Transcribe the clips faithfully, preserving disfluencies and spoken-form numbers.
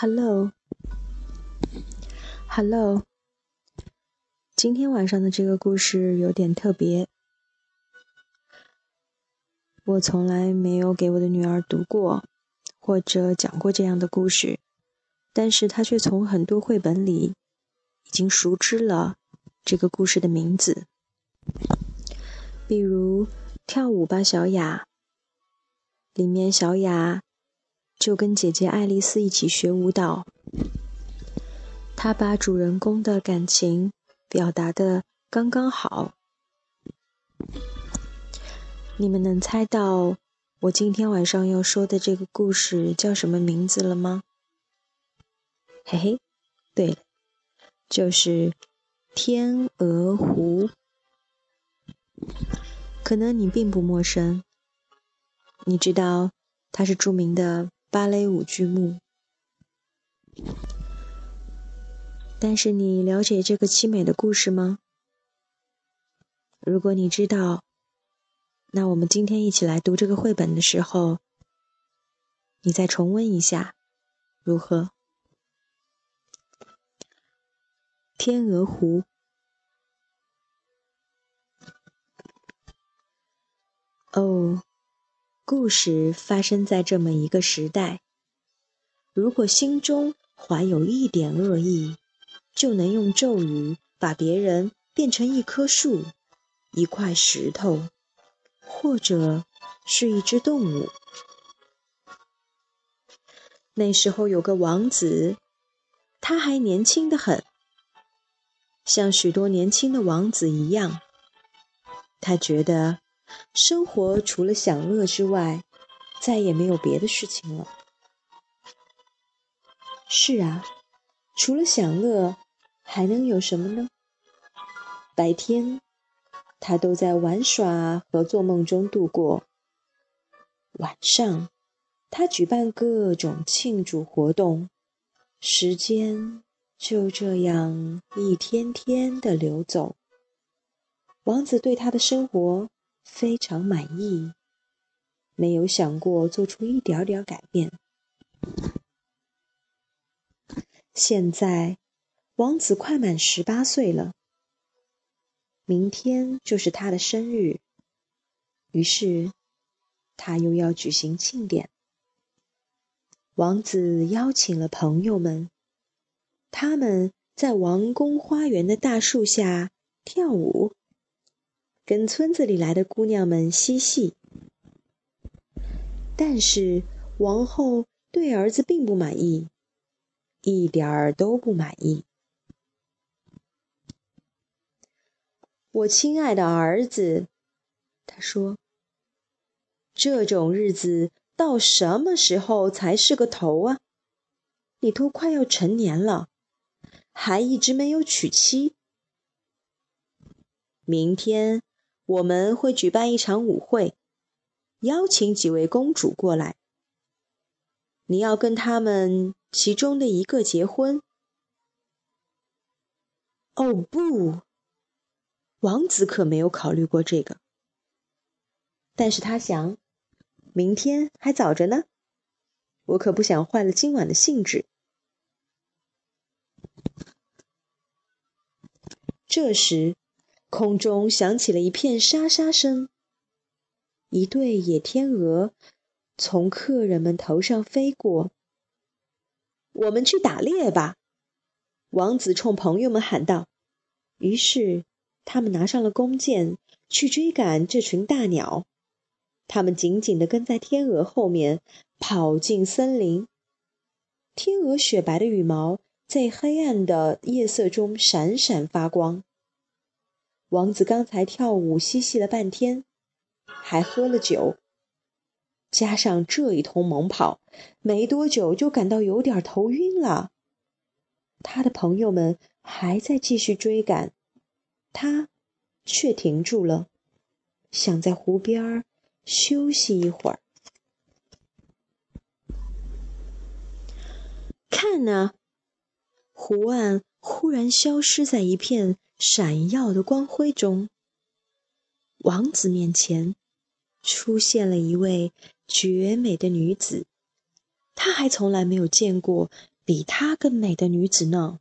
Hello Hello 今天晚上的这个故事有点特别，我从来没有给我的女儿读过或者讲过这样的故事，但是她却从很多绘本里已经熟知了这个故事的名字，比如跳舞吧小雅，里面小雅就跟姐姐爱丽丝一起学舞蹈，她把主人公的感情表达得刚刚好。你们能猜到我今天晚上要说的这个故事叫什么名字了吗？嘿嘿，对了，就是天鹅湖。可能你并不陌生，你知道它是著名的芭蕾舞剧目，但是你了解这个凄美的故事吗？如果你知道，那我们今天一起来读这个绘本的时候，你再重温一下，如何？天鹅湖。哦，故事发生在这么一个时代，如果心中怀有一点恶意，就能用咒语把别人变成一棵树、一块石头，或者是一只动物。那时候有个王子，他还年轻得很，像许多年轻的王子一样，他觉得生活除了享乐之外，再也没有别的事情了。是啊，除了享乐，还能有什么呢？白天，他都在玩耍和做梦中度过。晚上，他举办各种庆祝活动，时间就这样一天天地流走。王子对他的生活非常满意，没有想过做出一点点改变。现在，王子快满十八岁了，明天就是他的生日，于是他又要举行庆典。王子邀请了朋友们，他们在王宫花园的大树下跳舞，跟村子里来的姑娘们嬉戏。但是王后对儿子并不满意，一点儿都不满意。我亲爱的儿子，他说，这种日子到什么时候才是个头啊？你都快要成年了，还一直没有娶妻。明天我们会举办一场舞会，邀请几位公主过来。你要跟他们其中的一个结婚。哦不，王子可没有考虑过这个。但是他想，明天还早着呢，我可不想坏了今晚的兴致。这时，空中响起了一片沙沙声，一对野天鹅从客人们头上飞过。我们去打猎吧，王子冲朋友们喊道。于是他们拿上了弓箭，去追赶这群大鸟。他们紧紧地跟在天鹅后面，跑进森林。天鹅雪白的羽毛在黑暗的夜色中闪闪发光。王子刚才跳舞嬉戏了半天，还喝了酒，加上这一通猛跑，没多久就感到有点头晕了。他的朋友们还在继续追赶，他却停住了，想在湖边休息一会儿。看啊，湖岸忽然消失在一片闪耀的光辉中。王子面前出现了一位绝美的女子，他还从来没有见过比她更美的女子呢。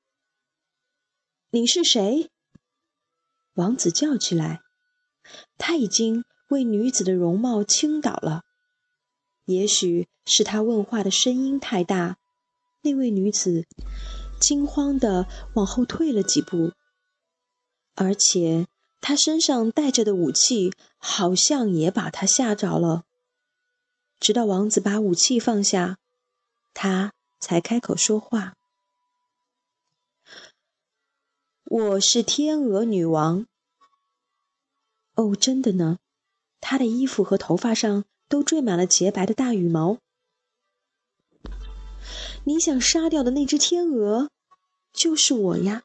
你是谁？王子叫起来。他已经为女子的容貌倾倒了，也许是他问话的声音太大，那位女子惊慌地往后退了几步，而且她身上带着的武器好像也把她吓着了。直到王子把武器放下，他才开口说话。我是天鹅女王。哦，真的呢，她的衣服和头发上都缀满了洁白的大羽毛。你想杀掉的那只天鹅，就是我呀。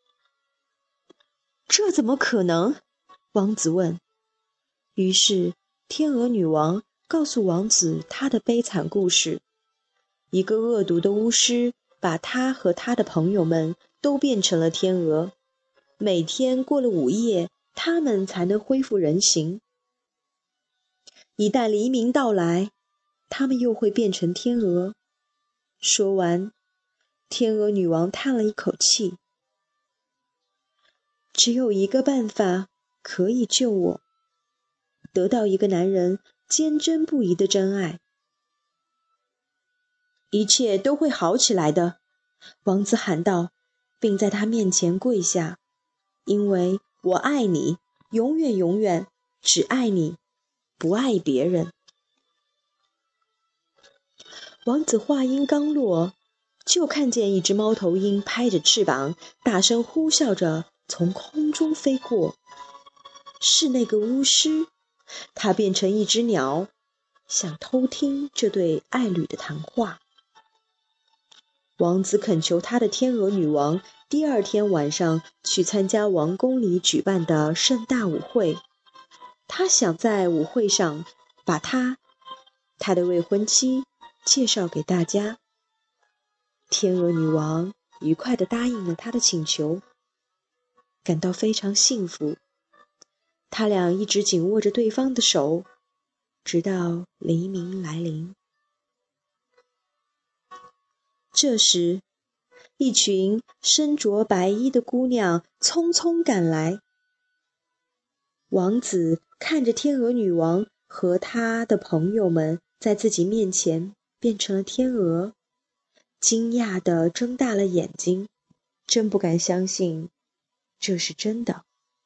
这怎么可能？王子问。于是，天鹅女王告诉王子她的悲惨故事。一个恶毒的巫师把她和她的朋友们都变成了天鹅，每天过了午夜，他们才能恢复人形。一旦黎明到来，他们又会变成天鹅。说完，天鹅女王叹了一口气。只有一个办法可以救我，得到一个男人坚贞不移的真爱。一切都会好起来的，王子喊道，并在他面前跪下，因为我爱你，永远永远只爱你，不爱别人。王子话音刚落，就看见一只猫头鹰拍着翅膀，大声呼啸着从空中飞过。是那个巫师，他变成一只鸟，想偷听这对爱侣的谈话。王子恳求他的天鹅女王第二天晚上去参加王宫里举办的盛大舞会。他想在舞会上把他、他的未婚妻介绍给大家。天鹅女王愉快地答应了他的请求，感到非常幸福。他俩一直紧握着对方的手，直到黎明来临。这时，一群身着白衣的姑娘匆匆赶来。王子看着天鹅女王和她的朋友们在自己面前变成了天鹅，惊讶地睁大了眼睛，真不敢相信这是真的。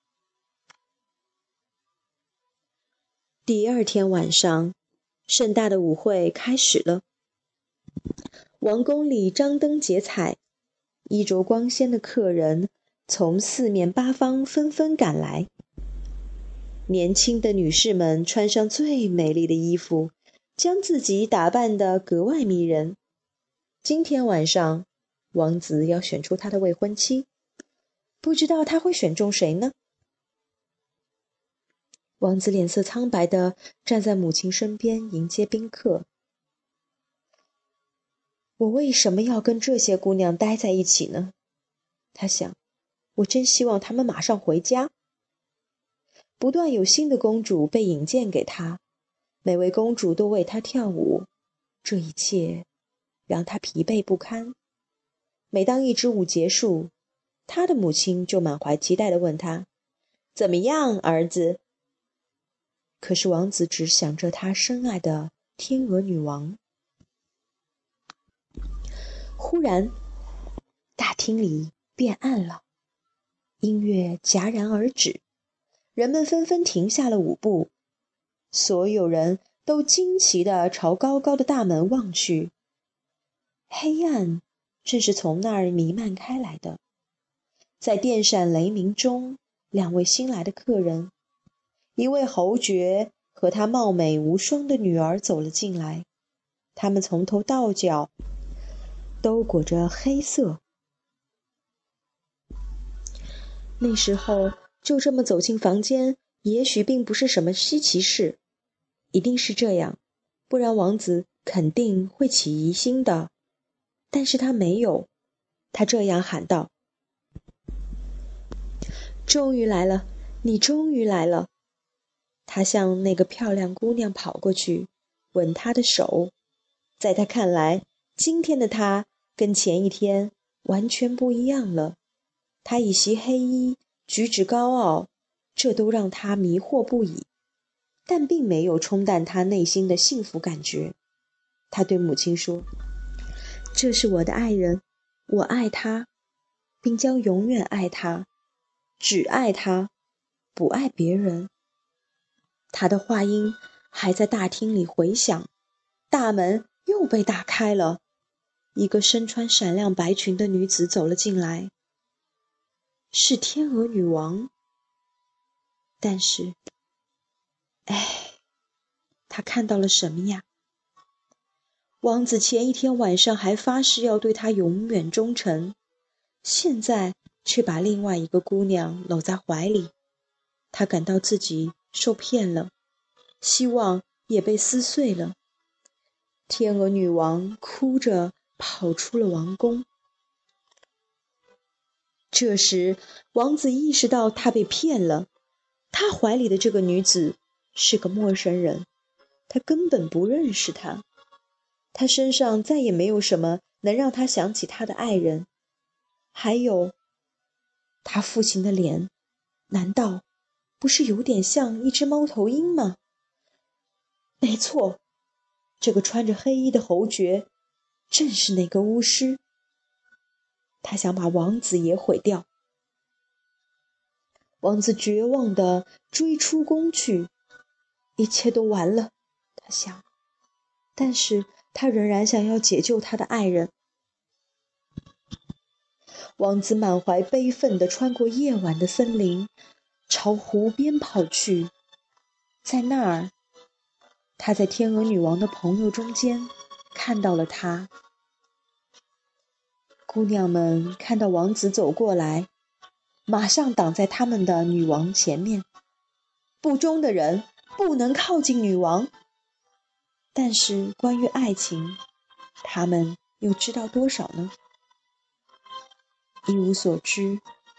第二天晚上，盛大的舞会开始了。王宫里张灯结彩，衣着光鲜的客人从四面八方纷纷赶来。年轻的女士们穿上最美丽的衣服，将自己打扮得格外迷人。今天晚上，王子要选出他的未婚妻，不知道他会选中谁呢？王子脸色苍白地站在母亲身边迎接宾客。我为什么要跟这些姑娘待在一起呢？他想，我真希望她们马上回家。不断有新的公主被引荐给他，每位公主都为他跳舞，这一切让他疲惫不堪。每当一支舞结束，他的母亲就满怀期待地问他：怎么样，儿子？可是王子只想着他深爱的天鹅女王。忽然，大厅里变暗了，音乐戛然而止，人们纷纷停下了舞步，所有人都惊奇地朝高高的大门望去。黑暗正是从那儿弥漫开来的。在电闪雷鸣中，两位新来的客人，一位侯爵和他貌美无双的女儿走了进来，他们从头到脚都裹着黑色。那时候就这么走进房间，也许并不是什么稀奇事，一定是这样，不然王子肯定会起疑心的。但是他没有，他这样喊道：终于来了，你终于来了。他向那个漂亮姑娘跑过去，吻她的手。在他看来，今天的他跟前一天完全不一样了。他一袭黑衣，举止高傲，这都让他迷惑不已，但并没有冲淡他内心的幸福感觉。他对母亲说：这是我的爱人，我爱他，并将永远爱他，只爱他，不爱别人。他的话音还在大厅里回响，大门又被打开了，一个身穿闪亮白裙的女子走了进来，是天鹅女王。但是，哎，她看到了什么呀？王子前一天晚上还发誓要对她永远忠诚，现在却把另外一个姑娘搂在怀里。他感到自己受骗了，希望也被撕碎了。天鹅女王哭着跑出了王宫。这时，王子意识到他被骗了，他怀里的这个女子是个陌生人，他根本不认识她。他身上再也没有什么能让他想起他的爱人，还有他父亲的脸，难道不是有点像一只猫头鹰吗？没错，这个穿着黑衣的侯爵正是那个巫师。他想把王子也毁掉。王子绝望地追出宫去，一切都完了，他想，但是他仍然想要解救他的爱人。王子满怀悲愤地穿过夜晚的森林，朝湖边跑去。在那儿，他在天鹅女王的朋友中间看到了她。姑娘们看到王子走过来，马上挡在他们的女王前面。不忠的人不能靠近女王。但是关于爱情，他们又知道多少呢？一无所知。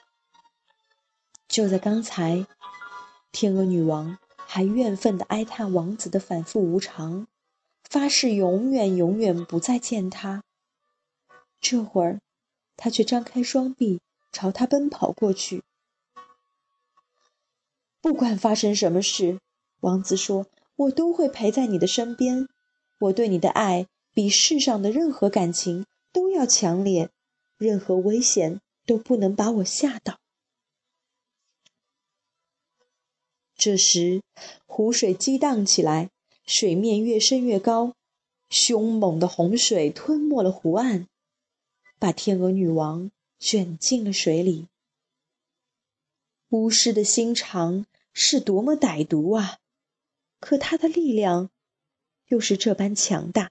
就在刚才，天鹅女王还怨愤地哀叹王子的反复无常，发誓永远永远不再见他。这会儿，他却张开双臂朝他奔跑过去。不管发生什么事，王子说，我都会陪在你的身边。我对你的爱比世上的任何感情都要强烈，任何危险都不能把我吓倒。这时，湖水激荡起来，水面越升越高，凶猛的洪水吞没了湖岸，把天鹅女王卷进了水里。巫师的心肠是多么歹毒啊！可他的力量又是这般强大。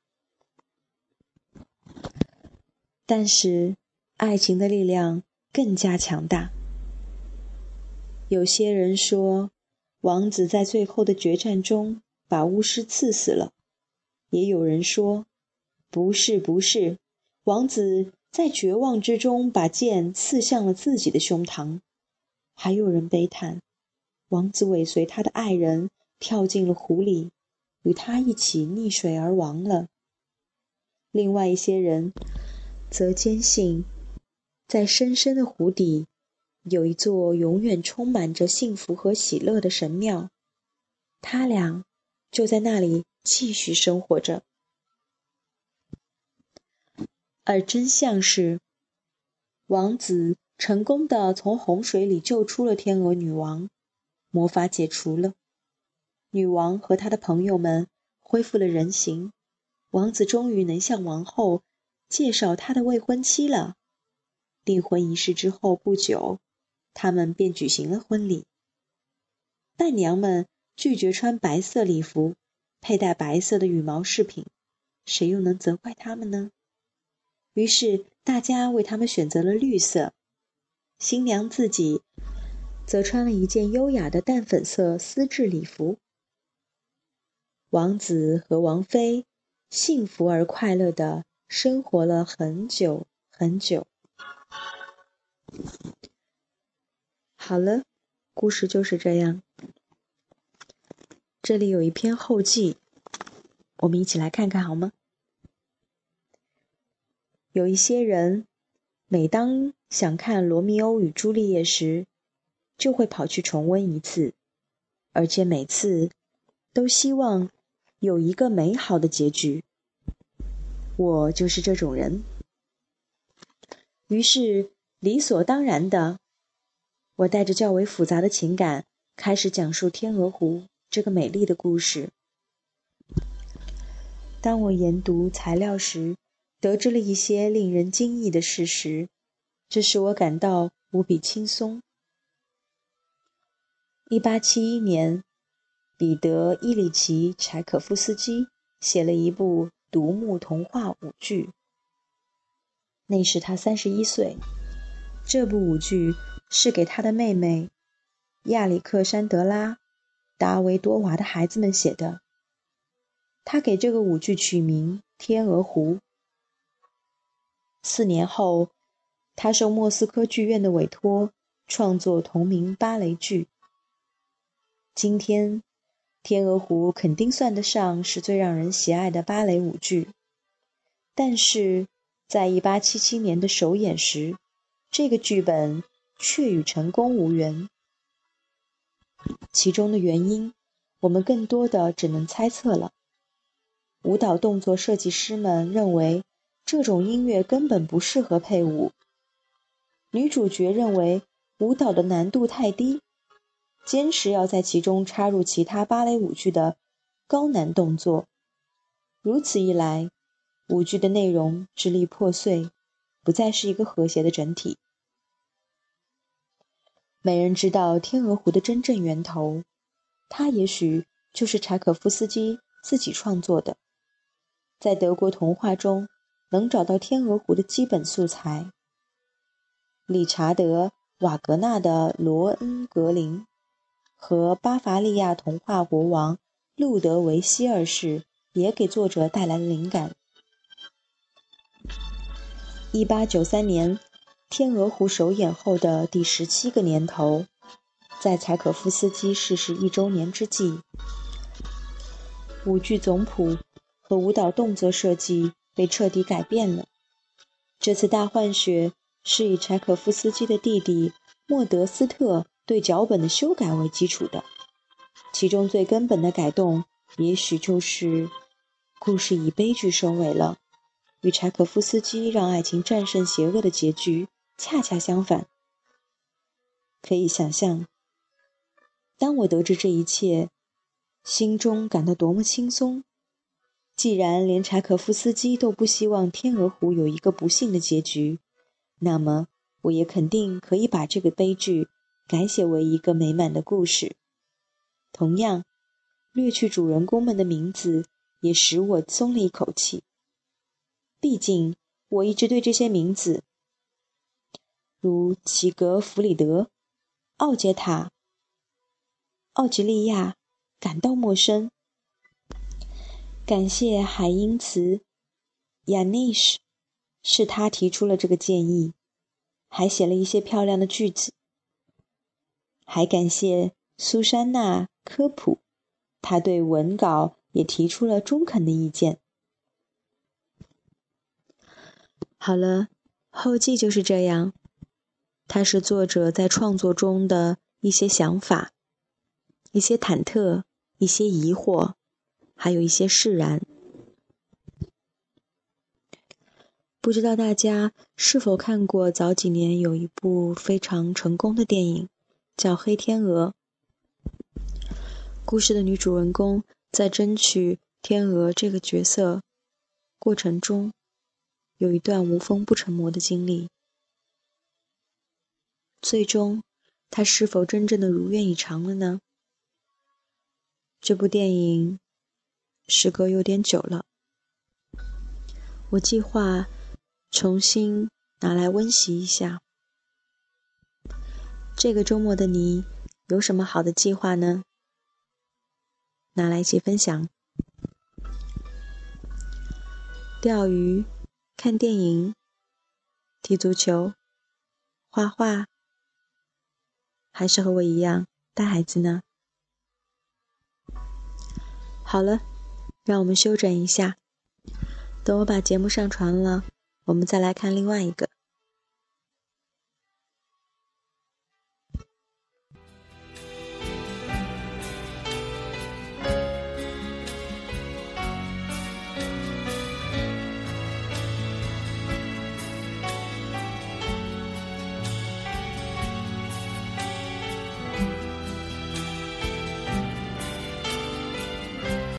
但是，爱情的力量更加强大。有些人说，王子在最后的决战中把巫师刺死了。也有人说，不是不是，王子在绝望之中把剑刺向了自己的胸膛。还有人悲叹，王子尾随他的爱人跳进了湖里，与他一起溺水而亡了。另外一些人则坚信，在深深的湖底有一座永远充满着幸福和喜乐的神庙，他俩就在那里继续生活着。而真相是，王子成功地从洪水里救出了天鹅女王，魔法解除了，女王和她的朋友们恢复了人形，王子终于能向王后介绍他的未婚妻了。订婚仪式之后不久，他们便举行了婚礼。伴娘们拒绝穿白色礼服，佩戴白色的羽毛饰品，谁又能责怪他们呢？于是大家为他们选择了绿色，新娘自己则穿了一件优雅的淡粉色丝质礼服。王子和王妃幸福而快乐地生活了很久很久。好了，故事就是这样。这里有一篇后记，我们一起来看看好吗？ 有一些人每当想看《罗密欧与朱丽叶》时，就会跑去重温一次，而且每次都希望有一个美好的结局。我就是这种人。于是理所当然的，我带着较为复杂的情感开始讲述天鹅湖这个美丽的故事。当我研读材料时，得知了一些令人惊异的事实，这使我感到无比轻松。一八七一年，彼得·伊里奇·柴可夫斯基写了一部独幕童话舞剧，那时他三十一岁。这部舞剧是给他的妹妹亚里克珊德拉·达维多娃的孩子们写的。他给这个舞剧取名《天鹅湖》。四年后，他受莫斯科剧院的委托，创作同名芭蕾剧。今天，《天鹅湖》肯定算得上是最让人喜爱的芭蕾舞剧，但是在一八七七年的首演时，这个剧本却与成功无缘。其中的原因，我们更多的只能猜测了。舞蹈动作设计师们认为这种音乐根本不适合配舞。女主角认为舞蹈的难度太低，坚持要在其中插入其他芭蕾舞剧的高难动作。如此一来，舞剧的内容支离破碎，不再是一个和谐的整体。没人知道天鹅湖的真正源头，它也许就是柴可夫斯基自己创作的。在德国童话中能找到天鹅湖的基本素材。理查德·瓦格纳的《罗恩格林》和巴伐利亚童话国王路德维希二世也给作者带来了灵感。一八九三年，天鹅湖首演后的第十七个年头，在柴可夫斯基逝世一周年之际，舞剧总谱和舞蹈动作设计被彻底改变了。这次大换血是以柴可夫斯基的弟弟莫德斯特对脚本的修改为基础的，其中最根本的改动也许就是故事以悲剧收尾了，与柴可夫斯基让爱情战胜邪恶的结局恰恰相反。可以想象，当我得知这一切，心中感到多么轻松。既然连柴可夫斯基都不希望天鹅湖有一个不幸的结局，那么我也肯定可以把这个悲剧改写为一个美满的故事。同样，略去主人公们的名字也使我松了一口气。毕竟我一直对这些名字，如齐格弗里德、奥杰塔、奥吉利亚感到陌生。感谢海因茨·亚内什，是他提出了这个建议，还写了一些漂亮的句子。还感谢苏珊娜·科普，他对文稿也提出了中肯的意见。好了，后记就是这样。它是作者在创作中的一些想法，一些忐忑，一些疑惑，还有一些释然。不知道大家是否看过早几年有一部非常成功的电影，叫《黑天鹅》。故事的女主人公在争取天鹅这个角色过程中，有一段无风不成魔的经历。最终，她是否真正的如愿以偿了呢？这部电影时隔有点久了，我计划重新拿来温习一下。这个周末的你有什么好的计划呢？拿来一起分享。钓鱼、看电影、踢足球、画画，还是和我一样带孩子呢？好了，让我们休整一下。等我把节目上传了， 我们再来看另外一个。